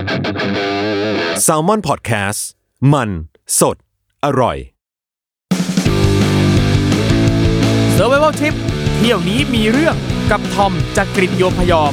Salmon Podcast มันสดอร่อย Survival Trip เที่ยวนี้มีเรื่องกับทอมจากกฤษโยมพยอม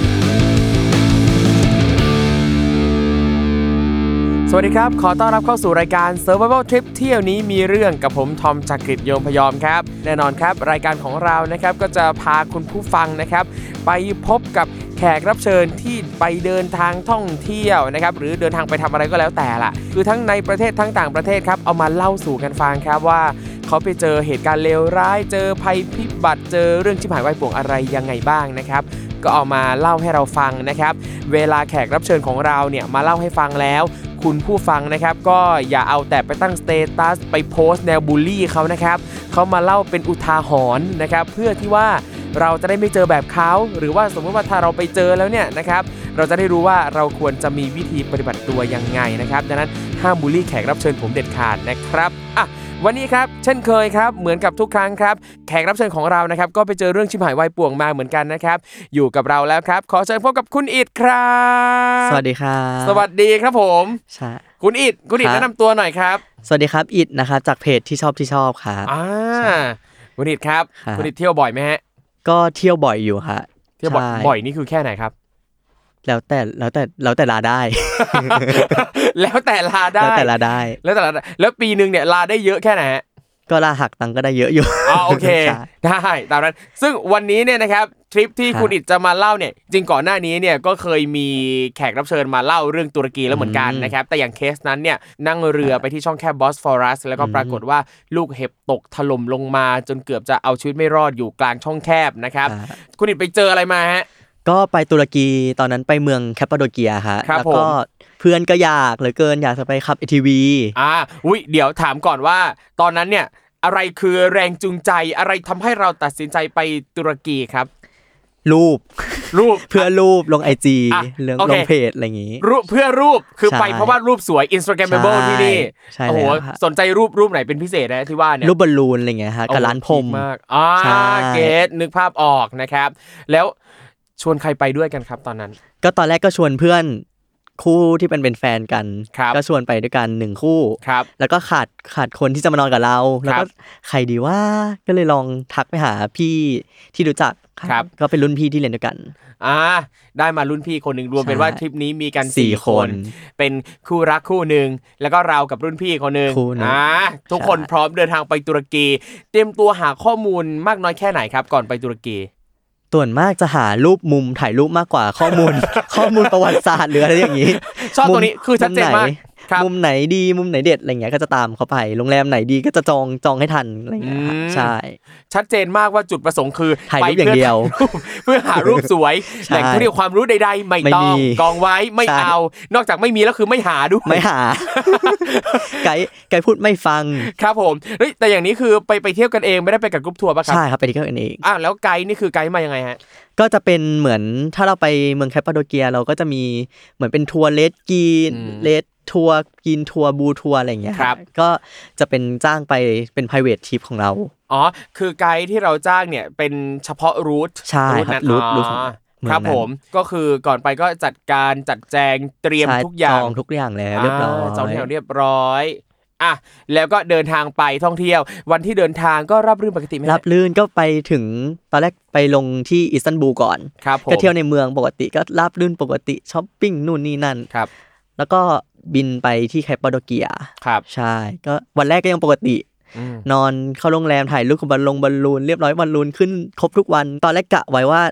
สวัสดีครับขอต้อนรับเข้าสู่รายการ Survival Trip เที่ยวนี้มีเรื่องกับผมทอมจากกฤษโยมพยอมครับแน่นอนครับรายการของเรานะครับก็จะพาคุณผู้ฟังนะครับไปพบกับแขกรับเชิญที่ไปเดินทางท่องเที่ยวนะครับหรือเดินทางไปทำอะไรก็แล้วแต่ล่ะคือทั้งในประเทศทั้งต่างประเทศครับเอามาเล่าสู่กันฟังครับว่าเขาไปเจอเหตุการณ์เลวร้ายเจอภัยพิบัติเจอเรื่องชิบหายวายป่วงอะไรยังไงบ้างนะครับก็เอามาเล่าให้เราฟังนะครับเวลาแขกรับเชิญของเราเนี่ยมาเล่าให้ฟังแล้วคุณผู้ฟังนะครับก็อย่าเอาแต่ไปตั้งสเตตัสไปโพสต์แนวบูลลี่เขานะครับเขามาเล่าเป็นอุทาหรณ์นะครับเพื่อที่ว่าเราจะได้ไม่เจอแบบเขาหรือว่าสมมติว่าถ้าเราไปเจอแล้วเนี่ยนะครับเราจะได้รู้ว่าเราควรจะมีวิธีปฏิบัติตัวยังไงนะครับดังนั้นห้ามบูลลี่แขกรับเชิญผมเด็ดขาดนะครับวันนี้ครับเช่นเคยครับเหมือนกับทุกครั้งครับแขกรับเชิญของเรานะครับก็ไปเจอเรื่องชิบหายวายป่วงมาเหมือนกันนะครับอยู่กับเราแล้วครับขอเชิญพบกับคุณอิฐครับสวัสดีครับสวัสดีครับผมใช่คุณอิฐแนะนำตัวหน่อยครับสวัสดีครับอิฐนะครับจากเพจที่ชอบครับคุณอิฐครับคุณอิฐเที่ยวบ่อยไหมฮะก็เที่ยวบ่อยอยู่ฮะเที่ยวบ่อยนี่คือแค่ไหนครับแล้วแต่ลาได้แล้วแต่ลาได้แล้วปีนึงเนี่ยลาได้เยอะแค่ไหนฮะก็ลาหักตังก็ได้เยอะอยู่โอเคได้ตามนั้นซึ่งวันนี้เนี่ยนะครับทริปที่คุณอิฐจะมาเล่าเนี่ยจริงก่อนหน้านี้เนี่ยก็เคยมีแขกรับเชิญมาเล่าเรื่องตุรกีแล้วเหมือนกันนะครับแต่อย่างเคสนั้นเนี่ยนั่งเรือไปที่ช่องแคบบอสฟอรัสแล้วก็ปรากฏว่าลูกเห็บตกถล่มลงมาจนเกือบจะเอาชีวิตไม่รอดอยู่กลางช่องแคบนะครับคุณอิฐไปเจออะไรมาฮะก็ไปตุรกีตอนนั้นไปเมืองแคปปาโดเกียฮะแล้วก็เพื่อนก็อยากเหลือเกินอยากจะไปขับ ATV เดี๋ยวถามก่อนว่าตอนนั้นเนี่ยอะไรคือแรงจูงใจอะไรทำให้เราตัดสินใจไปตุรกีครับรูป เพื่อรูปลง IG เรื่องลงเพจอะไรอย่างงี้เพื่อรูปคือไปเพราะว่ารูปสวย Instagrammable ที่นี่โอ้โหสนใจรูปไหนเป็นพิเศษนะที่ว่าเนี่ยรูปบอลลูนอะไรเงี้ยฮะกับร้านพรมมากเกตนึกภาพออกนะครับแล้วชวนใครไปด้วยกันครับตอนนั้นก็ตอนแรกก็ชวนเพื่อนคู่ที่เป็นแฟนกันก็ชวนไปด้วยกัน1คู่แล้วก็ขาดคนที่จะมานอนกับเราแล้วก็ใครดีว่าก็เลยลองทักไปหาพี่ที่รู้จักก็เป็นรุ่นพี่ที่เรียนด้วยกันได้มารุ่นพี่คนนึงรวมเป็นว่าทริปนี้มีกัน4คนเป็นคู่รักคู่นึงแล้วก็เรากับรุ่นพี่คนนึงทุกคนพร้อมเดินทางไปตุรกีเตรียมตัวหาข้อมูลมากน้อยแค่ไหนครับก่อนไปตุรกีส่วนมากจะหารูปมุมถ่ายรูปมากกว่าข้อมูล ประวัติศาสตร์หรืออะไรอย่างนี้ชอบตัวนี้คือชัดเจนมากมุมไหนดีมุมไหนเด็ดอะไรเงี้ยก็จะตามเขาไปโรงแรมไหนดีก็จะจองให้ทันอะไรเงี้ยใช่ชัดเจนมากว่าจุดประสงค์คือถ่ายรูปอย่างเดียวเพื่อหารูปสวยแหล่งท่องเที่ยวความรู้ใดๆไม่ต้องกองไว้ไม่เอานอกจากไม่มีแล้วคือไม่หาด้วยไม่หาไกด์พูดไม่ฟังครับผมแต่อย่างนี้คือไปเที่ยวกันเองไม่ได้ไปกับกรุ๊ปทัวร์ป่ะครับใช่ครับไปเที่ยวกันเองแล้วไกด์นี่คือไกด์มายังไงฮะก็จะเป็นเหมือนถ้าเราไปเมืองแคปปาโดเกียเราก็จะมีเหมือนเป็นทัวร์เลทัวร์กินทัวร์บูทัวร์อะไรอย่างเงี้ยก็จะเป็นจ้างไปเป็น private trip ของเราคือไกด์ที่เราจ้างเนี่ยเป็นเฉพาะรูทใช่ครับรูทครับผมก็คือก่อนไปก็จัดการจัดแจงเตรียมทุกอย่างจองทุกอย่างแล้วเรียบร้อยจองทุกอย่างเรียบร้อยแล้วก็เดินทางไปท่องเที่ยววันที่เดินทางก็ราบรื่นปกติมั้ยราบรื่นก็ไปถึงตอนแรกไปลงที่อิสตันบูลก่อนก็เที่ยวในเมืองปกติก็ราบรื่นปกติช้อปปิ้งนู่นนี่นั่นแล้วก็บินไปที่แคปปาโดเกียใช่ก็วันแรกก็ยังปกตินอนเข้าโรงแรมถ่ายรูปกับบอลลูนเรียบร้อยบอลลูนขึ้นครบทุกวันตอนแรกกะไว้ว่า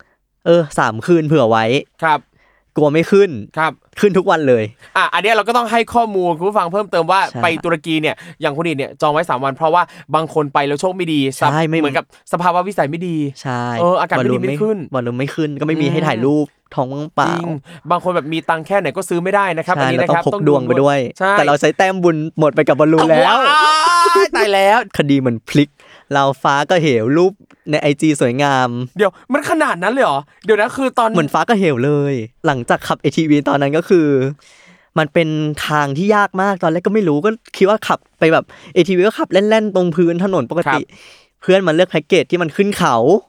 3 คืนเผื่อไว้กลัวไม่ขึ้นทุกวันเลยอันนี้เราก็ต้องให้ข้อมูลคุณผู้ฟังเพิ่มเติมว่าไปตุรกีเนี่ยอย่างคุณอิฐเนี่ยจองไว้3 วันเพราะว่าบางคนไปแล้วโชคไม่ดีเหมือนกับสภาวะวิสัยไม่ดีใช่อากาศไม่ดีไม่ขึ้นบอลลูนไม่ขึ้นก็ไม่มีให้ถ่ายรูปท้องเปล่าบางคนแบบมีตังค์แค่ไหนก็ซื้อไม่ได้นะครับอันนี้นะครับต้องพกดวงไปด้วยแต่เราใช้แต้มบุญหมดไปกับบอลลูนแล้วตายแล้วคดีมันพลิกเราฟ้าก็เหวรูปใน IG สวยงามเดี๋ยวมันขนาดนั้นเลยเหรอเดี๋ยวนะคือตอนเหมือนฟ้าก็เหวเลยหลังจากขับ ATV ตอนนั้นก็คือมันเป็นทางที่ยากมากตอนแรกก็ไม่รู้ก็คิดว่าขับไปแบบ ATV ก็ขับเล่นๆตรงพื้นถนนปกติเพื่อนมันเลือกแพ็คเกจที่มันขึ้นเขา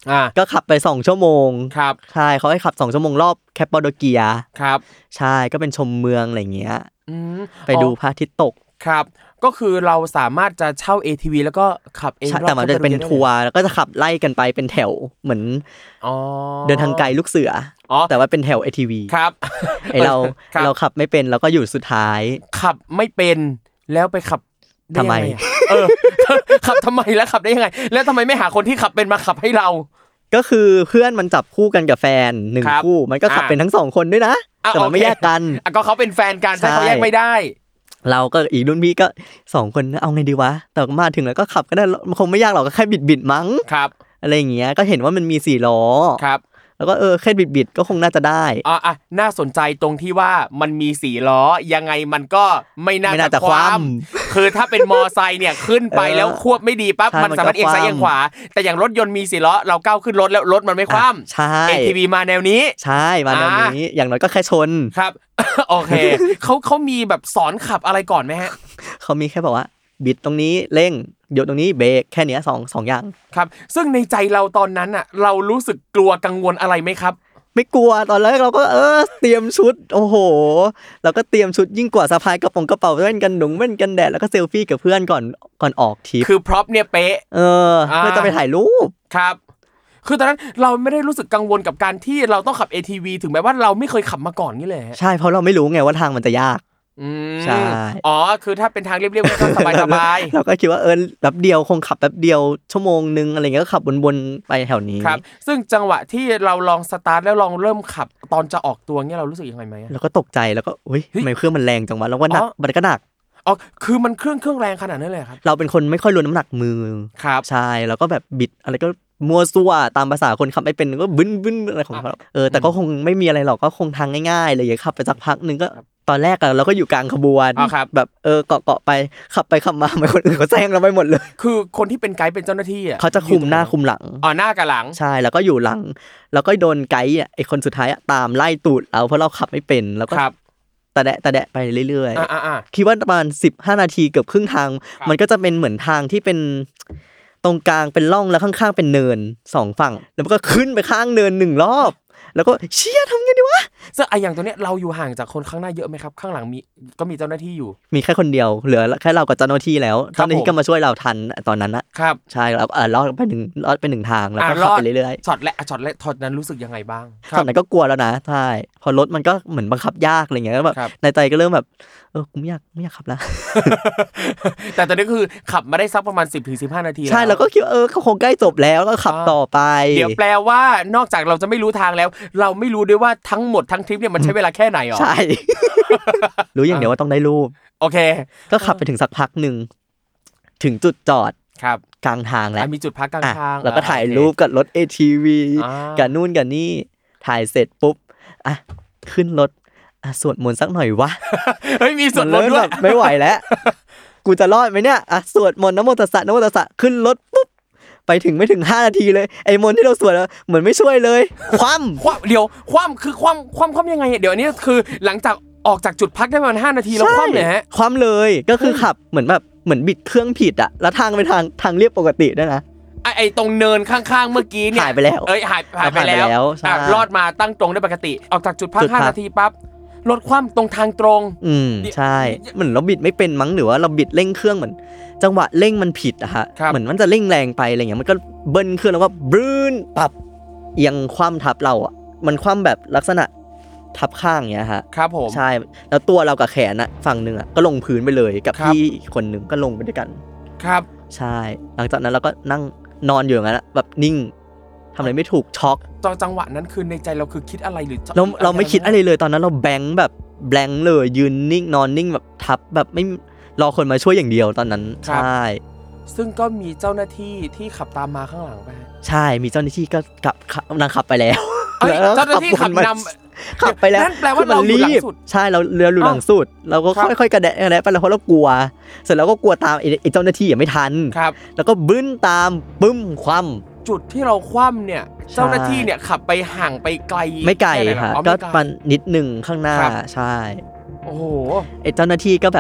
ก็ขับไป2ชั่วโมงครับใช่เขาให้ขับ2ชั่วโมงรอบแคปปาโดเกียครับใช่ก็เป็นชมเมืองอะไรเงี้ยไปดูพระอาทิตย์ตกครับก็คือเราสามารถจะเช่า ATV แล้วก็ขับเองรอบแต่มันจะเป็นทัวร์แล้วก็จะขับไล่กันไปเป็นแถวเหมือนเดินทางไกลลูกเสือแต่ว่าเป็นแถว ATV ครับไอเราขับไม่เป็นเราก็อยู่สุดท้ายขับไม่เป็นแล้วไปขับทำไมขับทำไมแล้วขับได้ยังไงแล้วทำไมไม่หาคนที่ขับเป็นมาขับให้เราก็คือเพื่อนมันจับคู่กันกับแฟน1คู่มันก็ขับเป็นทั้ง2คนด้วยนะแต่มันไม่แยกกันก็เขาเป็นแฟนกันแต่เขาแยกไม่ได้เราก็อีกรุ่นพี่ก็2คนเอาไงดีวะแต่มาถึงแล้วก็ขับก็ได้มันคงไม่ยากหรอกก็แค่บิดมั้งครับอะไรอย่างเงี้ยก็เห็นว่ามันมี4ล้อครับแล้วก็แค่บิดก็คงน่าจะได้น่าสนใจตรงที่ว่ามันมี4ล้อยังไงมันก็ไม่น่าจะคว่ำคือถ้าเป็นมอไซค์เนี่ยขึ้นไปแล้วควบไม่ดีปั๊บมันสามารถเอียงซ้ายเอียงขวาแต่อย่างรถยนต์มี4ล้อเราก้าวขึ้นรถแล้วรถมันไม่คว่ำใช่ ATV มาแนวนี้ใช่มาแนวนี้อย่างน้อยก็แค่ชนครับโอเคเขามีแบบสอนขับอะไรก่อนไหมฮะเขามีแค่บอกว่าบิดตรงนี้เร่งหยุดตรงนี้เบรกแค่นี้สองอย่างครับซึ่งในใจเราตอนนั้นอ่ะเรารู้สึกกลัวกังวลอะไรไหมครับไม่กลัวตอนแรกเราก็เตรียมชุดโอ้โหเราก็เตรียมชุดยิ่งกว่าสะพายกระเป๋าแว่นกันหนุงแว่นกันแดดแล้วก็เซลฟี่กับเพื่อนก่อนออกทริปคือพร็อพเนี่ยเป๊ะเพื่อจะไปถ่ายรูปครับคือตอนนั้นเราไม่ได้รู้สึกกังวลกับการที่เราต้องขับ ATV ถึงแม้ว่าเราไม่เคยขับมาก่อนนี่เลยใช่เพราะเราไม่รู้ไงว่าทางมันจะยากใช่คือถ้าเป็นทางเรียบๆก็สบายๆเราก็คิดว่าแบบเดียวคงขับแป๊บเดียวชั่วโมงนึงอะไรเงี้ยก็ขับวนๆไปแถวนี้ครับซึ่งจังหวะที่เราลองสตาร์ทแล้วลองเริ่มขับตอนจะออกตัวเงี้ยเรารู้สึกยังไงมั้ยเราก็ตกใจแล้วก็อุ๊ยทำไมเครื่องมันแรงจังวะแล้วว่าหนักมันก็หนักคือมันเครื่องแรงขนาดนั้นเลยครับเราเป็นคนไม่ค่อยรู้น้ำหนักมือครับใช่แล้วก็แบบบิดอะไรก็มัวซั่วตามภาษาคนขับไม่เป็นก็บึ้นอะไรของเขาแต่ก็คงไม่มีอะไรหรอกก็คงทางง่ายๆเลยขับไปสักพักนึงก็ตอนแรกเราก็อยู่กลางขบวนแบบเกาะไปขับไปขับมาไม่คนอื่นเขาแซงเราไปหมดเลยคือคนที่เป็นไกด์เป็นเจ้าหน้าที่อ่ะเขาจะคุมหน้าคุมหลังหน้ากับหลังใช่แล้วก็อยู่หลังแล้วก็โดนไกด์ไอ้คนสุดท้ายตามไล่ตูดเราเพราะเราขับไม่เป็นแล้วก็ตะแดะไปเรื่อยๆคิดว่าประมาณ15นาทีเกือบครึ่งทางมันก็จะเป็นเหมือนทางที่เป็นตรงกลางเป็นร่องแล้วข้างๆเป็นเนิน2ฝั่งแล้วมันก็ขึ้นไปข้างเนิน1รอบแล้วก็เชี่ยทำไงดีวะซึ่งอย่างตัวเนี้ยเราอยู่ห่างจากคนข้างหน้าเยอะไหมครับข้างหลังก็มีเจ้าหน้าที่อยู่มีแค่คนเดียวเหลือแค่เรากับเจ้าหน้าที่แล้วเจ้าหน้าที่ก็มาช่วยเราทันตอนนั้นนะครับใช่แล้วรอดไป1ทางแล้วก็ขับไปเรื่อยๆช็อตแรกนั้นรู้สึกยังไงบ้างช็อตนั้นก็กลัวแล้วนะใช่พอรถมันก็เหมือนบังคับยากอะไรเงี้ยแบบในใจก็เริ่มแบบกูไม่อยากขับแล้วแต่ตอนนี้คือขับมาได้สักประมาณ 10-15 นาทีใช่แล้วก็คิดว่าเขาคงใกล้จบแล้วก็ขับต่อไปเดี๋ยวแปลว่านอกจากเราจะไม่รู้ทางแล้วเราไม่รู้ด้วยว่าทั้งหมดทั้งทริปเนี่ยมันใช้เวลาแค่ไหนหรอใช่รู้อย่างเดียวว่าต้องได้รูปโอเคก็ขับไปถึงสักพักนึงถึงจุดจอดครับกลางทางแล้วมีจุดพักกลางทางแล้วก็ถ่ายรูปกับรถ ATV กับนู่นกับนี่ถ่ายเสร็จปุ๊บขึ้นรถสวดมนต์สักหน่อยวะเฮ้ยมีสวดมนต์ด้วยไม่ไหวแล้วกูจะรอดไหมเนี่ยสวดมนต์นะโมตัสสะนะโมตัสสะขึ้นรถปุ๊บไปถึงไม่ถึง5นาทีเลยไอ้มนต์ที่เราสวดเหมือนไม่ช่วยเลยคว่ำเดี๋ยวคว่ำคือคว่ำยังไงเดี๋ยวอันนี้คือหลังจากออกจากจุดพักได้ประมาณ5นาทีแล้วคว่ำเลยฮะคว่ำเลยก็คือขับเหมือนบิดเครื่องผิดแล้วทางเป็นทางเรียบปกติด้วยนะไอ้ตรงเนินข้างๆเมื่อกี้เนี่ยหายไปแล้วหายไปแล้วรอดมาตั้งตรงได้ปกติออกจากจุดพัก5นาทีปั๊บรถคว่ำตรงทางตรงใช่เหมือนเราบิดไม่เป็นมั้งหรือว่าเราบิดเร่งเครื่องเหมือนจังหวะเร่งมันผิดฮะเหมือนมันจะเร่งแรงไปอะไรเงี้ยมันก็เบิ้ลเครื่องแล้วก็บรื้นปับเอียงคว่ำทับเรามันคว่ำแบบลักษณะทับข้างเงี้ยฮะครับผมใช่แล้วตัวเรากับแขนฝั่งนึงก็ลงพื้นไปเลยกับพี่คนนึงก็ลงไปด้วยกันครับใช่หลังจากนั้นเราก็นั่งนอนอยู่อย่างนั้นแบบนิ่งทำอะไรไม่ถูกช็อกตอนจังหวะนั้นคือในใจเราคือคิดอะไรหรือเราไม่คิดอะไรเลยตอนนั้นเราแบงค์แบบแบงค์เลยยืนนิ่งนอนนิ่งแบบทับแบบไม่รอคนมาช่วยอย่างเดียวตอนนั้นใช่ซึ่งก็มีเจ้าหน้าที่ที่ขับตามมาข้างหลังไปใช่มีเจ้าหน้าที่ก็กำลังขับไปแล้วเจ้าหน้าที่ขับนำขับไปแล้วนั่นแปลว่าเราอยู่หลังสุดใช่เราเรืออยู่หลังสุดเราก็ค่อยๆกระแดะไปแล้วเพราะเรากลัวเสร็จแล้วก็กลัวตามไอ้เจ้าหน้าที่ไม่ทันแล้วก็บึ้นตามปึ้มคว่ำจุดที่เราคว่ำเนี่ยเจ้าหน้าที่เนี่ยขับไปห่างไปไกลไม่ไกลค่ะก็มันนิดนึงข้างหน้าใช่โอ้โหไอ้เจ้าหน้าที่ก็แบบ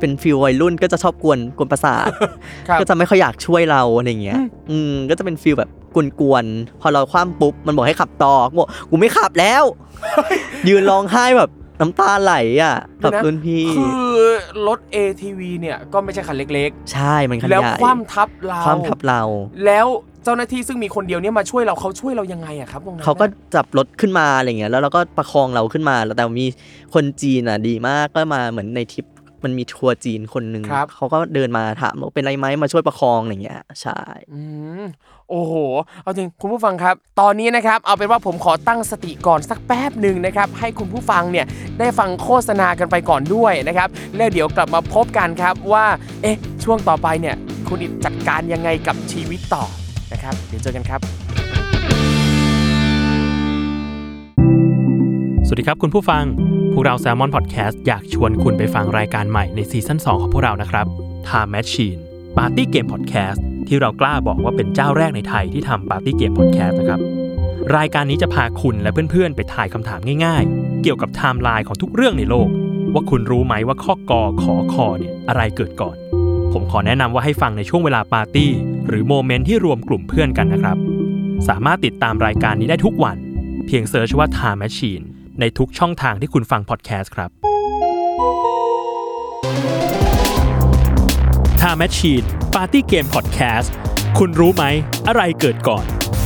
เป็นฟีลวัยรุ่นก็จะชอบกวนประสาท ก็จะไม่ค่อยอยากช่วยเราอะไรเงี้ยก็จะเป็นฟีลแบบกวนๆพอเราคว่ำปุ๊บมันบอกให้ขับต่อกูไม่ขับแล้ว ยืนร้องไห้แบบน้ำตาไหลอ่ะกับรุ่นพี่คือรถ ATV เนี่ยก็ไม่ใช่คันเล็กๆใช่มันคันใหญ่แล้วคว่ำทับเราแล้วเจ้าหน้าที่ซึ่งมีคนเดียวเนี่ยมาช่วยเราเขาช่วยเรายังไงอะครับตรงนั้นเขาก็จับรถขึ้นมาอะไรเงี้ยแล้วเราก็ประคองเราขึ้นมาแล้วแต่มีคนจีนอ่ะดีมากก็มาเหมือนในทริปมันมีทัวร์จีนคนนึงเขาก็เดินมาถามว่าเป็นไรไหมมาช่วยประคองอะไรเงี้ยใช่โอ้โหเอาจริงคุณผู้ฟังครับตอนนี้นะครับเอาเป็นว่าผมขอตั้งสติก่อนสักแป๊บนึงนะครับให้คุณผู้ฟังเนี่ยได้ฟังโฆษณากันไปก่อนด้วยนะครับแล้วเดี๋ยวกลับมาพบกันครับว่าช่วงต่อไปเนี่ยคุณอิฐจัดการยังไงกับชีวิตต่อนะครับเดี๋ยวเจอกันครับสวัสดีครับคุณผู้ฟังพวกเรา Salmon Podcast อยากชวนคุณไปฟังรายการใหม่ในซีซั่น2ของพวกเรานะครับ Time Machine Party Game Podcast ที่เรากล้าบอกว่าเป็นเจ้าแรกในไทยที่ทำ Party Game Podcast นะครับรายการนี้จะพาคุณและเพื่อนๆไปถ่ายคำถามง่ายๆเกี่ยวกับไทม์ไลน์ของทุกเรื่องในโลกว่าคุณรู้ไหมว่าข้อกอขอคอเนี่ยอะไรเกิดก่อนผมขอแนะนำว่าให้ฟังในช่วงเวลาปาร์ตี้หรือโมเมนต์ที่รวมกลุ่มเพื่อนกันนะครับสามารถติดตามรายการนี้ได้ทุกวันเพียงเสิร์ชว่า Time Machine ในทุกช่องทางที่คุณฟังพอดแคสต์ครับ Time Machine Party Game Podcast คุณรู้ไหมอะไรเกิดก่อน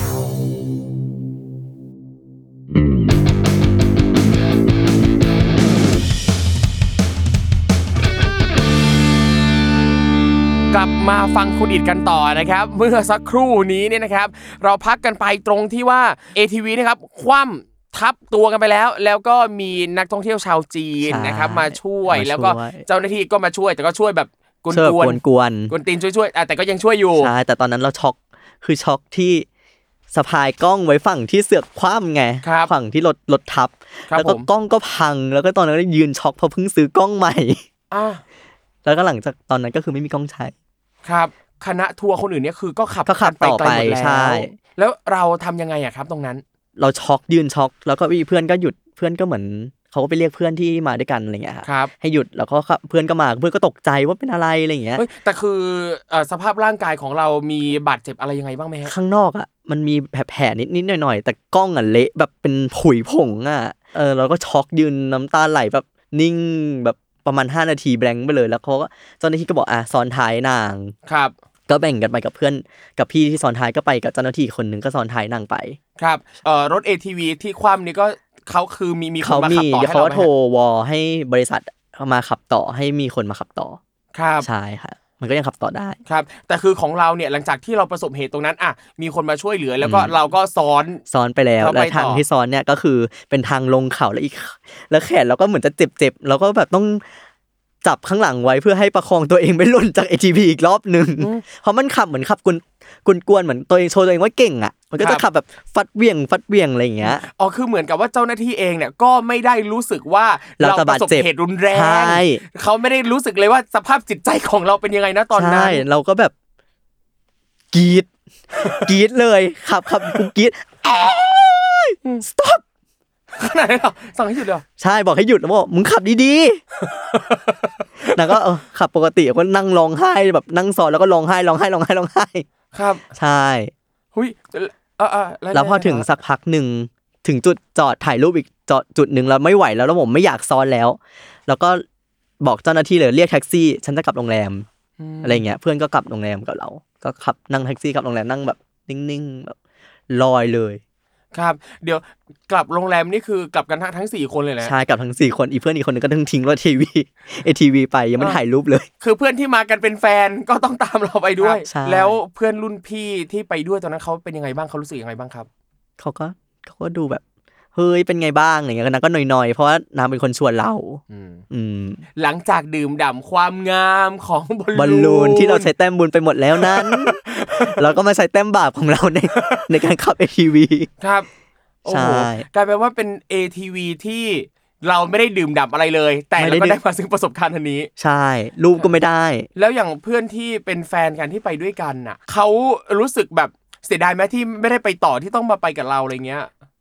กลับมาฟังคุณอิฐกันต่อนะครับเมื่อสักครู่นี้เนี่ยนะครับเราพักกันไปตรงที่ว่า ATV นะครับคว่ำทับตัวกันไปแล้วก็มีนักท่องเที่ยวชาวจีนนะครับมาช่วยแล้วก็เจ้าหน้าที่ก็มาช่วยแต่ก็ช่วยแบบกวนตีนช่วยแต่ก็ยังช่วยอยู่ใช่แต่ตอนนั้นเราช็อกคือช็อกที่สะพายกล้องไว้ฝั่งที่เสือกคว่ำไงฝั่งที่รถทับแล้วก็กล้องก็พังแล้วก็ตอนนั้นยืนช็อกเพราะเพิ่งซื้อกล้องใหม่แล้วก็หลังจากตอนนั้นก็คือไม่มีกล้องใช้ครับคณะทัวร์คนอื่นเนี่ยคือก็ขับต่อไปใช่แล้วเราทำยังไงอะครับตรงนั้นเราช็อกยืนช็อกแล้วก็เพื่อนก็หยุดเพื่อนก็เหมือนเขาก็ไปเรียกเพื่อนที่มาด้วยกันอะไรเงี้ยครับให้หยุดแล้วก็เพื่อนก็มาเพื่อนก็ตกใจว่าเป็นอะไรอะไรเงี้ยแต่คือสภาพร่างกายของเรามีบาดเจ็บอะไรยังไงบ้างไหมฮะข้างนอกอ่ะมันมีแผลนิดหน่อยแต่กล้องอ่ะเละแบบเป็นผุยผงอ่ะเราก็ช็อกยืนน้ำตาไหลแบบนิ่งแบบประมาณ5นาทีแบงค์ไปเลยแล้วเขาก็เจ้าหน้าที่ก็บอกซ้อนท้ายนางครับก็แบ่งกันไปกับเพื่อนกับพี่ที่ซ้อนท้ายก็ไปกับเจ้าหน้าที่คนนึงก็ซ้อนท้ายนางไปครับรถ ATV ที่คว่ำนี่ก็เขาคือมีคนมาขับต่อให้เราไหมเขาโทรวอลให้บริษัทมาขับต่อให้มีคนมาขับต่อครับใช่ค่ะมันก็ยังขับต่อได้ครับแต่คือของเราเนี่ยหลังจากที่เราประสบเหตุตรงนั้นมีคนมาช่วยเหลือแล้วก็เราก็ซ้อนไปแล้วและทางที่ซ้อนเนี่ยก็คือเป็นทางลงเขาแล้วแขนเราก็เหมือนจะเจ็บแล้วก็แบบต้องจับข้างหลังไว้เพื่อให้ประคองตัวเองไม่หล่นจาก ATV อีกรอบนึงเพราะมันขับเหมือนขับกวนเหมือนตัวเองโชว์ตัวเองว่าเก่งอ่ะมันก็จะขับแบบฟัดเวี่ยงอะไรอย่างเงี้ยคือเหมือนกับว่าเจ้าหน้าที่เองเนี่ยก็ไม่ได้รู้สึกว่าเราประสบเหตุรุนแรงเขาไม่ได้รู้สึกเลยว่าสภาพจิตใจของเราเป็นยังไงนะตอนนั้นใช่เราก็แบบกรี๊ดเลยขับกูกรี๊ดstop ขนาดนั้นเหรอสั่งให้หยุดเลยใช่บอกให้หยุดแล้วบอกมึงขับดีๆแล้วก็ขับปกติก็นั่งร้องไห้แบบนั่งซ้อนแล้วก็ร้องไห้ครับใช่หุ้ยแล้วพอถึงสักพักนึงถึงจุดจอดถ่ายรูปอีกจุดนึงแล้วไม่ไหวแล้วผมไม่อยากซ้อนแล้วก็บอกเจ้าหน้าที่เลยเรียกแท็กซี่ฉันจะกลับโรงแรมอะไรเงี้ยเพื่อนก็กลับโรงแรมกับเราก็ขับนั่งแท็กซี่กลับโรงแรมนั่งแบบนิ่งๆแบบลอยเลยครับเดี๋ยวกลับโรงแรมนี่คือกลับกันทั้ง4คนเลยนะใช่กลับทั้ง4คนอีเพื่อนอีกคนนึงก็ทิ้งรถ ATV ไปยังไม่ถ่ายรูปเลยคือเพื่อนที่มากันเป็นแฟนก็ต้องตามเราไปด้วยแล้วเพื่อนรุ่นพี่ที่ไปด้วยตอนนั้นเขาเป็นยังไงบ้างเขารู้สึกยังไงบ้างครับเขาก็ดูแบบเฮ้ยเป็นไงบ้างอย่างเงี้ยนางก็หน่อยๆเพราะว่านางเป็นคนชวนเราหลังจากดื่มด่ำความงามของบอลลูนที่เราใช้แต้มบุญไปหมดแล้วนั้นเราก็มาใช้แต้มบาปของเราในการขับ ATV ครับใช่กลายเป็นว่าเป็น ATV ที่เราไม่ได้ดื่มด่ำอะไรเลยแต่เราก็ได้มาซึ่งประสบการณ์อันนี้ใช่รูปก็ไม่ได้แล้วอย่างเพื่อนที่เป็นแฟนกันที่ไปด้วยกันน่ะเขารู้สึกแบบเสียดายไหมที่ไม่ได้ไปต่อที่ต้องมาไปกับเราอะไรเงี้ย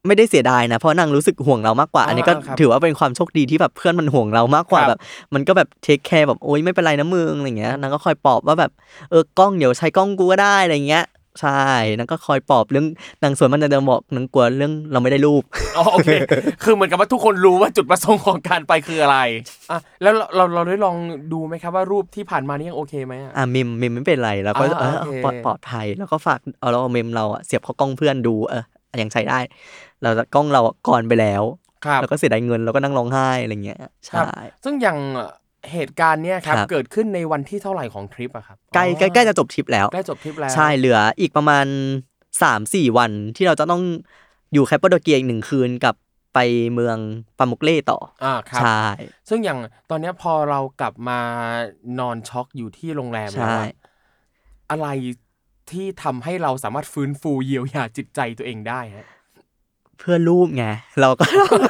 ไม่ได้เสียดายนะเพราะนางรู้สึกห่วงเรามากกว่าอันนี้ก็ถือว่าเป็นความโชคดีที่แบบเพื่อนมันห่วงเรามากกว่าแบบมันก็แบบเทคแคร์แบบโอ๊ยไม่เป็นไรนะมึงอะไรเงี้ยนางก็คอยปลอบว่าแบบกล้องเดี๋ยวใช้กล้องกูก็ได้อะไรเงี้ยใช่นางก็คอยปลอบเรื่องนางส่วนมันจะเดิมบอกนางกลัวเรื่องเราไม่ได้รูปโอเคคือเหมือนกับว่าทุกคนรู้ว่าจุดประสงค์ของการไปคืออะไรแล้วเราได้ลองดูไหมครับว่ารูปที่ผ่านมานี่ยังโอเคไหมเมมไม่เป็นไรแล้วก็ปลอดภัยแล้วก็ฝากเราเมมเราเสียบเข้ากล้องเพื่อนดูยังใช้ได้เรากล้องเราก่อนไปแล้วแล้วก็เสียดายเงินแล้วก็นั่งร้องไห้อะไรเงี้ยใช่ซึ่งอย่างเหตุการณ์เนี้ยครับเกิดขึ้นในวันที่เท่าไหร่ของทริปอะครับใกล้จะจบทริปแล้วใช่เหลืออีกประมาณ 3-4 วันที่เราจะต้องอยู่แคปปาโดเกียอีก1คืนกับไปเมืองปามุกเล่ต่อครับใช่ซึ่งอย่างตอนนี้พอเรากลับมานอนช็อกอยู่ที่โรงแรมแล้วอะไรที่ทำให้เราสามารถฟื้นฟูเยียวยาจิตใจตัวเองได้ฮะเพื่อรูปไงเราก็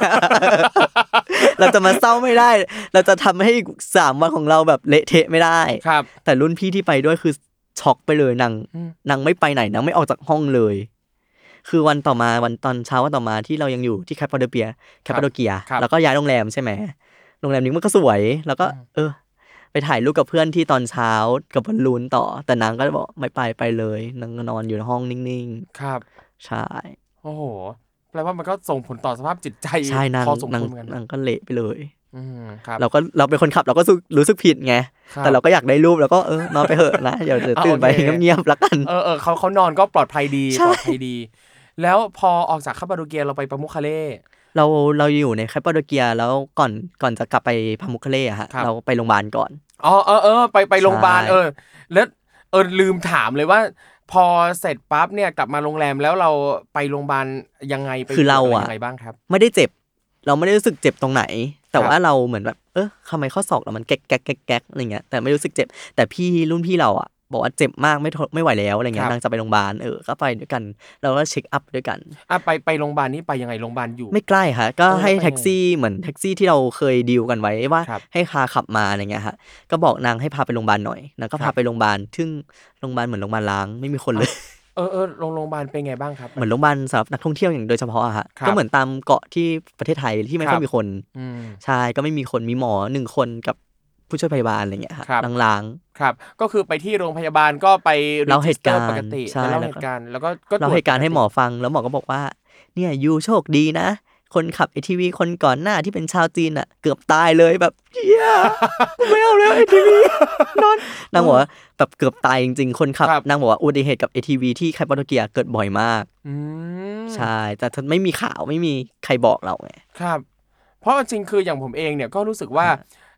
เราจะมาเศร้าไม่ได้เราจะทำให้3วันของเราแบบเละเทะไม่ได้ครับแต่รุ่นพี่ที่ไปด้วยคือช็อกไปเลยนางไม่ไปไหนนางไม่ออกจากห้องเลยคือวันต่อมาวันตอนเช้าวันต่อมาที่เรายังอยู่ที่แคปปาโดเกียแล้วก็ย้ายโรงแรมใช่ไหมโรงแรมนี้มันก็สวยแล้วก็ไปถ่ายรูปกับเพื่อนที่ตอนเช้ากับบอลลูนต่อแต่นางก็บอกไม่ไปเลยนางนอนอยู่ในห้องนิ่งๆครับใช่โอ้โหแปลว่ามันก็ส่งผลต่อสภาพจิตใจพอสมควรเหมือนกันนางก็เละไปเลยครับเราเป็นคนขับเราก็รู้สึกผิดไงแต่เราก็อยากได้รูปแล้วก็นอนไปเหอะนะเดี๋ยวตื่นไปเงียบๆแล้วกันเขานอนก็ปลอดภัยดีแล้วพอออกจากคาปาโดเกียเราไปปามุคคาเล่เราอยู่ในแคปปาโดเกียแล้วก่อนจะกลับไปปามุคคาเล่ฮะเราไปโรงพยาบาลก่อนไปโรงพยาบาลแล้วลืมถามเลยว่าพอเสร็จปั๊บเนี่ยกลับมาโรงแรมแล้วเราไปโรงพยาบาลยังไงไปคือเรายังไงบ้างครับไม่ได้เจ็บเราไม่ได้รู้สึกเจ็บตรงไหนแต่ว่าเราเหมือนแบบทำไมข้อศอกเรามันแก๊กอะไรเงี้ยแต่ไม่รู้สึกเจ็บแต่รุ่นพี่เราบอกว่าเจ็บมากไม่ไหวแล้วอะไรเงี้ยนางจะไปโรงพยาบาลก็ไปด้วยกันเราก็เช็คอัพด้วยกันไปโรงพยาบาลนี่ไปยังไงโรงพยาบาลอยู่ไม่ใกล้ค่ะก็ให้แท็กซี่เหมือนแท็กซี่ที่เราเคยดีลกันไว้ว่าให้พาขับมาอะไรเงี้ยฮะก็บอกนางให้พาไปโรงพยาบาลหน่อยนางก็พาไปโรงพยาบาลซึ่งโรงพยาบาลเหมือนโรงพยาบาลล้างไม่มีคนเลยโรงพยาบาลเป็นไงบ้างครับเหมือนโรงพยาบาลสำหรับนักท่องเที่ยวอย่างโดยเฉพาะฮะก็เหมือนตามเกาะที่ประเทศไทยที่ไม่ค่อยมีคนใช่ก็ไม่มีคนมีหมอ1คนกับผู้ช่วยพยาบาลอะไรเงี้ยครับล้างๆครับก็คือไปที่โรงพยาบาลก็ไปเล่าเหตุการณ์ปกติเล่าเหตุการณ์แล้วก็เล่าเหตุการณ์ให้หมอฟังแล้วหมอก็บอกว่าเนี่ยยูโชคดีนะคนขับ ATV คนก่อนหน้าที่เป็นชาวจีนเกือบตายเลยแบบเหี้ยไม่เอาแล้ว ATV นางบอกว่าแบบเกือบตายจริงๆคนขับนางบอกว่าอุบัติเหตุกับ ATV ที่แคปปาโดเกียเกิดบ่อยมากใช่แต่ไม่มีข่าวไม่มีใครบอกเราไงครับเพราะจริงคืออย่างผมเองเนี่ยก็รู้สึกว่า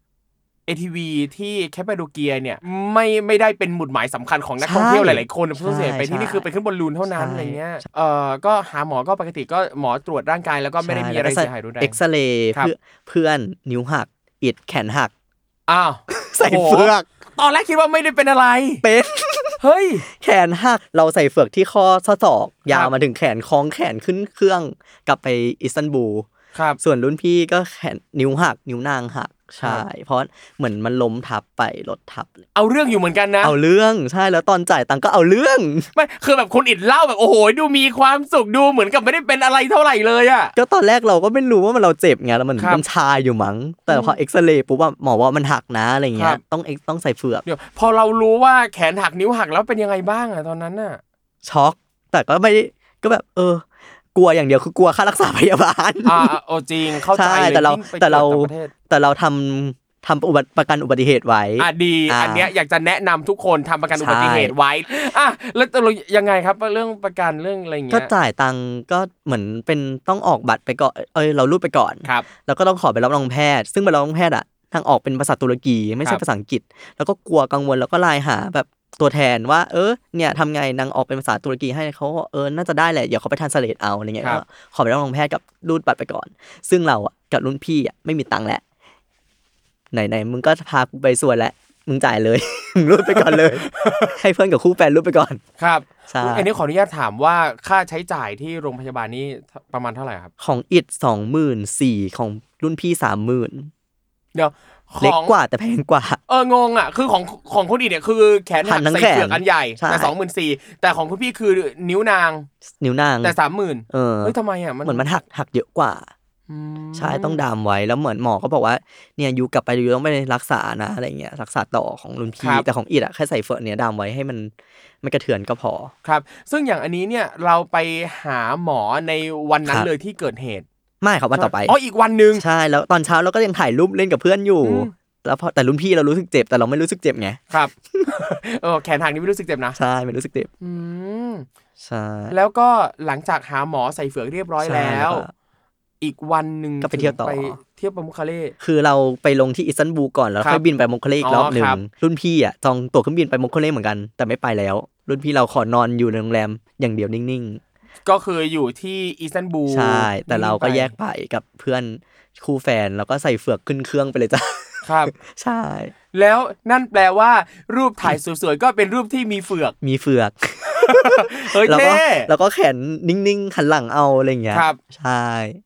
ATV ที่แคปปาโดเกียเนี่ยไม่ได้เป็นหมุดหมายสำคัญของนักท่องเที่ยวหลายๆคนผู้เสียไปที่นี่คือไปขึ้นบอลลูนเท่านั้นอะไรเงี้ยก็หาหมอก็ปกติก็หมอตรวจร่างกายแล้วก็ไม่ได้มีอะไรเสียหายรุนแรงเอ็กซเรย์เพื่อนนิ้วหักอิดแขนหักใส่เฟือกตอนแรกคิดว่าไม่ได้เป็นอะไรเป็นเฮ้ยแขนหักเราใส่เฟือกที่ข้อศอกยาวมาถึงแขนคล้องแขนขึ้นเครื่องกลับไปอิสตันบูลส่วนรุ่นพี่ก็แขนนิ้วหักนิ้วนางหักใช่เพราะเหมือนมันล้มทับไปรถทับเอาเรื่องอยู่เหมือนกันนะเอาเรื่องใช่แล้วตอนจ่ายตังค์ก็เอาเรื่องไม่คือแบบคนอิดเล่าแบบโอ้โหดูมีความสุขดูเหมือนกับไม่ได้เป็นอะไรเท่าไหร่เลยก็ตอนแรกเราก็ไม่รู้ว่าเราเจ็บไงแล้วมันชาอยู่มั้งแต่พอเอ็กซเรย์ปุ๊บหมอว่ามันหักนะอะไรเงี้ยต้องใส่เฟือกเดี๋ยวพอเรารู้ว่าแขนหักนิ้วหักแล้วเป็นยังไงบ้างตอนนั้นช็อกแต่ก็ไม่ก็แบบกลัวอย่างเดียวคือกลัวค่ารักษาพยาบาลจริงเข้าใจเลยแต่เราทำประกันอุบัติเหตุไว้ดีอันเนี้ยอยากจะแนะนำทุกคนทำประกันอุบัติเหตุไว้แล้วเรายังไงครับเรื่องประกันเรื่องอะไรเงี้ยก็จ่ายตังก็เหมือนเป็นต้องออกบัตรไปก่อนเรารูดไปก่อนแล้วก็ต้องขอไปรับรองแพทย์ซึ่งใบรับรองแพทย์ทางออกเป็นภาษาตุรกีไม่ใช่ภาษาอังกฤษแล้วก็กลัวกังวลแล้วก็ไลน์หาแบบตัวแทนว่าเนี่ยทำไงนางออกเป็นภาษาตุรกีให้เขาน่าจะได้แหละเดี๋ยวเขาไปทรานสเลทเอาอะไรเงี้ยก็ขอไปรับรองแพทย์กับรูดบัตรไปก่อนซึ่งเรากับรุ่นพี่ไม่มีตังค์แหละไหนมึงก็พากูไปส่วนแล้วมึงจ่ายเลยมึงรูดไปก่อนเลย ให้เพื่อนกับคู่แฟนรูดไปก่อนครับอันนี้ขออนุญาตถามว่าค่าใช้จ่ายที่โรงพยาบาลนี่ประมาณเท่าไหร่ครับของอิด 24,000ของรุ่นพี่ 30,000 เดี๋ยวเล็กกว่าแต่แพงกว่างงอ่ะคือของคุณอีเนี่ยคือแขนหักใส่เฟือกอันใหญ่แต่ 24,000 แต่ของคุณพี่คือนิ้วนางแต่ 30,000 เฮ้ยทำไมอ่ะเหมือนมันหักเยอะกว่าใช่ต้องดามไว้แล้วเหมือนหมอก็บอกว่าเนี่ยยูกลับไปยูต้องไปรักษานะอะไรเงี้ยรักษาต่อของรุ่นพี่แต่ของอีดอ่ะแค่ใส่เฟือกเนี่ยดามไว้ให้มันไม่กระเทือนก็พอครับซึ่งอย่างอันนี้เนี่ยเราไปหาหมอในวันนั้นเลยที่เกิดเหตุไม่ครับวันต่อไปอีกวันนึงใช่แล้วตอนเช้าเราก็ยังถ่ายรูปเล่นกับเพื่อนอยู่แล้วพอแต่รุ่นพี่เรารู้สึกเจ็บแต่เราไม่รู้สึกเจ็บไงครับแขนหักนี่ไม่รู้สึกเจ็บนะใช่ไม่รู้สึกเจ็บใช่แล้วก็หลังจากหาหมอใส่เฟือกเรียบร้อยแล้วอีกวันนึงก็ไปเที่ยวต่อไปเที่ยวไปมุคคาเล่คือเราไปลงที่อิสตันบูลก่อนแล้วค่อยบินไปมุคคาเล่อีกรอบนึงรุ่นพี่อ่ะจองตั๋วเครื่องบินไปมุคคาเล่เหมือนกันแต่ไม่ไปแล้วรุ่นพี่เราขอนอนอยู่ในโรงแรมอย่างเดียวนิ่งๆก็คืออยู่ที่อิสตันบูลใช่แต่เราก็แยกไปกับเพื่อนคู่แฟนแล้วก็ใส่เฟือกขึ้นเครื่องไปเลยจ้ะครับใช่แล้วนั่นแปลว่ารูปถ่ายสวยๆก็เป็นรูปที่มีเฟือกเฮ้ยเท่แล้วก็แขนนิ่งๆหันหลังเอาอะไรอย่างเงี้ยใช่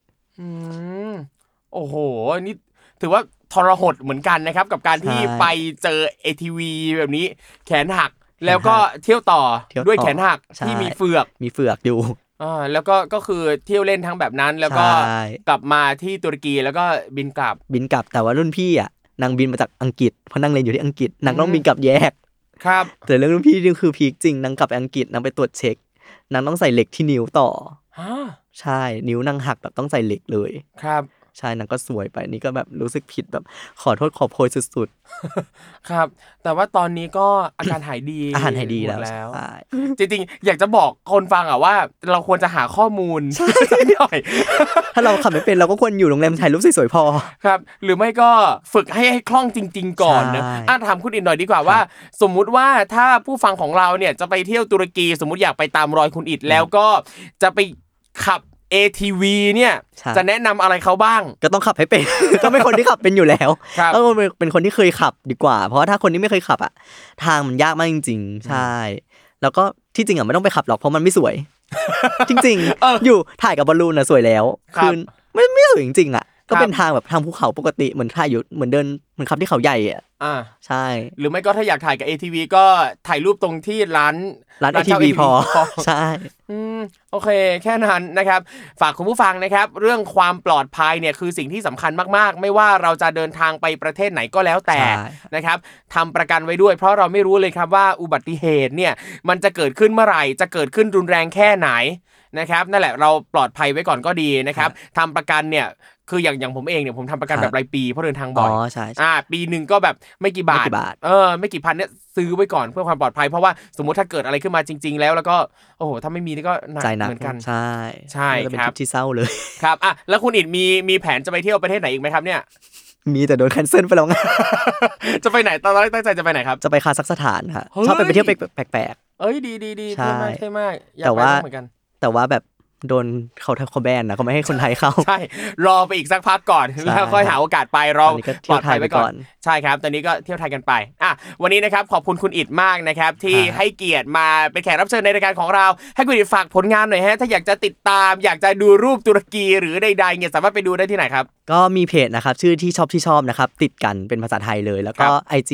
โอ้โหนี่ถือว่าทรหดเหมือนกันนะครับกับการที่ไปเจอ ATV แบบนี้แขนหักแล้วก็เที่ยวต่อด้วยแขนหักที่มีเฟือกอยู่แล้วก็คือเที่ยวเล่นทั้งแบบนั้นแล้วก็กลับมาที่ตุรกีแล้วก็บินกลับแต่ว่ารุ่นพี่อ่ะนางบินมาจากอังกฤษเพราะนางเรียนอยู่ที่อังกฤษนางต้องบินกลับแยกครับแต่เรื่องรุ่นพี่นี่คือพีคจริงนางกลับอังกฤษนางไปตรวจเช็คนางต้องใส่เหล็กที่นิ้วต่อใช่นิ้วนางหักแบบต้องใส่เหล็กเลยครับใช่นางก็สวยไปนี่ก็แบบรู้สึกผิดแบบขอโทษขอโพยสุดๆครับแต่ว่าตอนนี้ก็อาการหายดีแล้วจริงๆอยากจะบอกคนฟังอ่ะว่าเราควรจะหาข้อมูลนิดหน่อยถ้าเราขับไม่เป็นเราก็ควรอยู่โรงแรมถ่ายรูปสวยๆพอครับหรือไม่ก็ฝึกให้คล่องจริงๆก่อนนะถามคุณอินหน่อยดีกว่าว่าสมมุติว่าถ้าผู้ฟังของเราเนี่ยจะไปเที่ยวตุรกีสมมุติอยากไปตามรอยคุณอินแล้วก็จะไปขับATV เนี่ยจะแนะนำอะไรเขาบ้างก็ต้องขับให้เป็น ต้องเป็นคนที่ขับเป็นอยู่แล้วต้องเป็นคนที่เคยขับดีกว่าเพราะถ้าคนที่ไม่เคยขับอ่ะทางมันยากมากจริงๆใช่แล้วก็ที่จริงอ่ะไม่ต้องไปขับหรอกเพราะมันไม่สวยจริงๆอยู่ถ่ายกับบอลลูนน่ะสวยแล้วคือไม่สวยจริงๆอ่ะก็เป็นทางแบบทางภูเขาปกติเหมือนถ่ายอยู่เหมือนเดินเหมือนขับที่เขาใหญ่อ่ะใช่หรือไม่ก็ถ้าอยากถ่ายกับ ATV ก็ถ่ายรูปตรงที่ร้าน ATV พอใช่โอเคแค่นั้นนะครับฝากคุณผู้ฟังนะครับเรื่องความปลอดภัยเนี่ยคือสิ่งที่สำคัญมากๆไม่ว่าเราจะเดินทางไปประเทศไหนก็แล้วแต่นะครับทำประกันไว้ด้วยเพราะเราไม่รู้เลยครับว่าอุบัติเหตุเนี่ยมันจะเกิดขึ้นเมื่อไหร่จะเกิดขึ้นรุนแรงแค่ไหนนะครับนั่นแหละเราปลอดภัยไว้ก่อนก็ดีนะครับทำประกันเนี่ยคืออย่างผมเองเนี่ยผมทำประกันแบบรายปีเพราะเดินทางบ่อยปีนึงก็แบบไม่กี่บาทไม่กี่พันเนี่ยซื้อไว้ก่อนเพื่อความปลอดภัยเพราะว่าสมมุติถ้าเกิดอะไรขึ้นมาจริงๆแล้วก็โอ้โหถ้าไม่มีนี่ก็หนักเหมือนกันใช่ครับที่เศร้าเลยครับแล้วคุณอิฐมีแผนจะไปเที่ยวประเทศไหนอีกไหมครับเนี่ยมีแต่โดนแคนเซิลไปแล้วไงจะไปไหนตอนแรกตั้งใจจะไปไหนครับจะไปคาซัคสถานค่ะชอบไปเที่ยวแปลกๆเอ้ยดีๆเท่มากอยากไปเหมือนกันแต่ว่าแบบโดนเขาแบนนะเขาไม่ให้คนไทยเข้าใช่รอไปอีกสักพักก่อนแล้วค่อยหาโอกาสไปรอปลอดภัยไปก่อนใช่ครับตอนนี้ก็เที่ยวไทยกันไปวันนี้นะครับขอบคุณคุณอิฐมากนะครับที่ให้เกียรติมาเป็นแขกรับเชิญในรายการของเราให้คุณอิฐฝากผลงานหน่อยฮะถ้าอยากจะติดตามอยากจะดูรูปตุรกีหรือใดๆเนี่ยสามารถไปดูได้ที่ไหนครับก็มีเพจนะครับชื่อที่ชอบนะครับติดกันเป็นภาษาไทยเลยแล้วก็ IG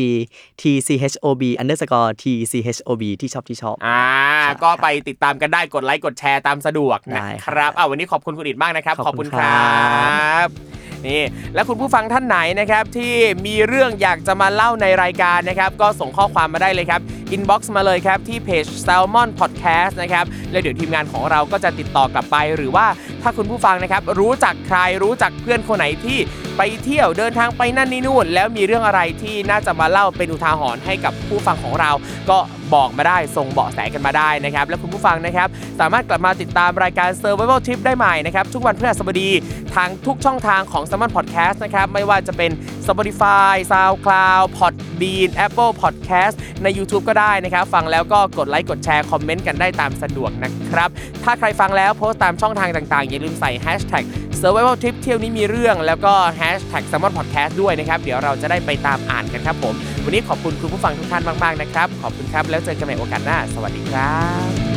tchob_tchob ที่ชอบก็ไปติดตามกันได้กดไลค์กดแชร์ตามสะดวกนะครับวันนี้ขอบคุณคุณอิฐมากนะครับขอบคุณครับนี่และคุณผู้ฟังท่านไหนนะครับที่มีเรื่องอยากจะมาเล่าในรายการนะครับก็ส่งข้อความมาได้เลยครับอินบ็อกซ์มาเลยครับที่เพจ Salmon Podcast นะครับแล้วเดี๋ยวทีมงานของเราก็จะติดต่อกลับไปหรือว่าถ้าคุณผู้ฟังนะครับรู้จักใครรู้จักเพื่อนคนไหนที่ไปเที่ยวเดินทางไปนั่นนี่นู่นแล้วมีเรื่องอะไรที่น่าจะมาเล่าเป็นอุทาหรณ์ให้กับผู้ฟังของเราก็บอกมาได้ส่งเบาะแสกันมาได้นะครับและคุณผู้ฟังนะครับสามารถกลับมาติดตามรายการ Survival Trip ได้ใหม่นะครับทุกวันพฤหัสบดีทางทุกช่องทางของ Salmon Podcast นะครับไม่ว่าจะเป็น Spotify SoundCloud Podbean Apple Podcast ใน YouTube ก็ได้นะครับฟังแล้วก็กดไลค์กดแชร์คอมเมนต์กันได้ตามสะดวกนะครับถ้าใครฟังแล้วโพสต์ตามช่องทางต่างๆอย่าลืมใส่ #Survival Trip เที่ยวนี้มีเรื่องแล้วก็ #Salmon Podcast ด้วยนะครับเดี๋ยวเราจะได้ไปตามอ่านกันครับผมวันนี้ขอบคุณคุณผู้ฟังทุกท่านมากๆนะครับขอบคุณครับแล้วเจอกันใหม่โอกาสหน้าสวัสดีครับ